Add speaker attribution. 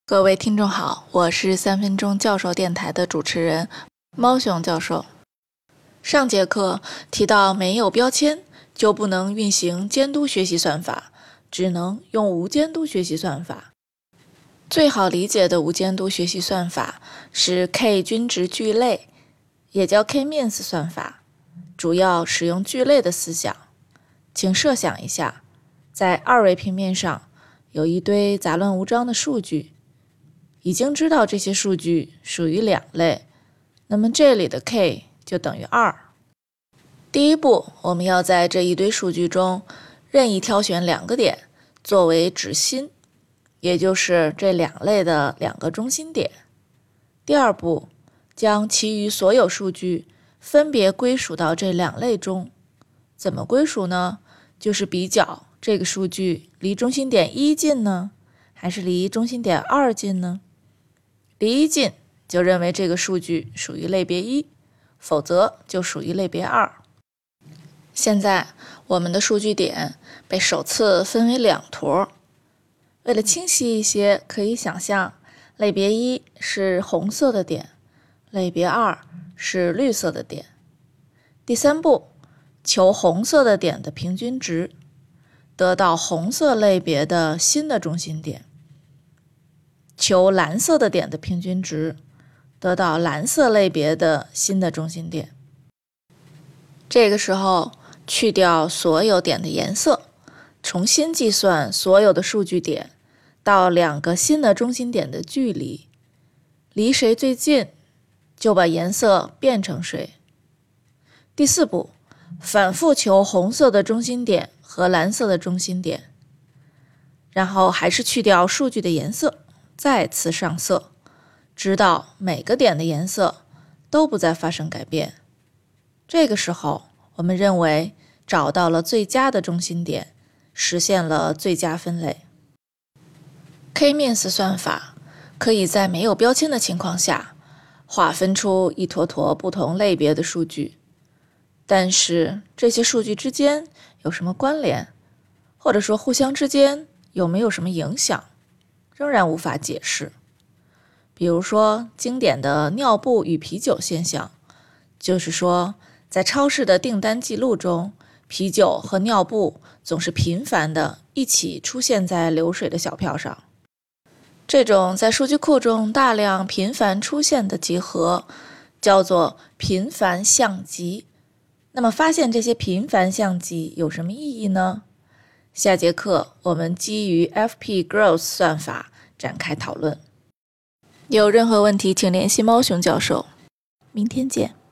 Speaker 1: 各位听众好，我是3分钟教授电台的主持人猫熊教授。上节课提到没有标签就不能运行监督学习算法，只能用无监督学习算法。最好理解的无监督学习算法是 K 均值聚类，也叫 K-means 算法，主要使用聚类的思想。请设想一下，在2维平面上有一堆杂乱无章的数据，已经知道这些数据属于2类，那么这里的 K 就等于2。第一步，我们要在这一堆数据中任意挑选2个点作为指心，也就是这2类的2个中心点。第二步，将其余所有数据分别归属到这2类中。怎么归属呢？就是比较这个数据离中心点1近呢，还是离中心点2近呢？离1近就认为这个数据属于类别1，否则就属于类别2。现在我们的数据点被首次分为2坨，为了清晰一些，可以想象类别1是红色的点，类别2是绿色的点。第三步，求红色的点的平均值，得到红色类别的新的中心点。求蓝色的点的平均值，得到蓝色类别的新的中心点。这个时候去掉所有点的颜色，重新计算所有的数据点到2个新的中心点的距离，离谁最近就把颜色变成谁。第四步，反复求红色的中心点和蓝色的中心点，然后还是去掉数据的颜色，再次上色，直到每个点的颜色都不再发生改变。这个时候，我们认为找到了最佳的中心点，实现了最佳分类。K-means 算法可以在没有标签的情况下划分出一坨坨不同类别的数据，但是这些数据之间有什么关联，或者说互相之间有没有什么影响，仍然无法解释。比如说经典的尿布与啤酒现象，就是说在超市的订单记录中，啤酒和尿布总是频繁地一起出现在流水的小票上。这种在数据库中大量频繁出现的集合叫做频繁相集。那么发现这些频繁相集有什么意义呢？下节课我们基于 FP-Gross 算法展开讨论。有任何问题请联系猫熊教授。明天见。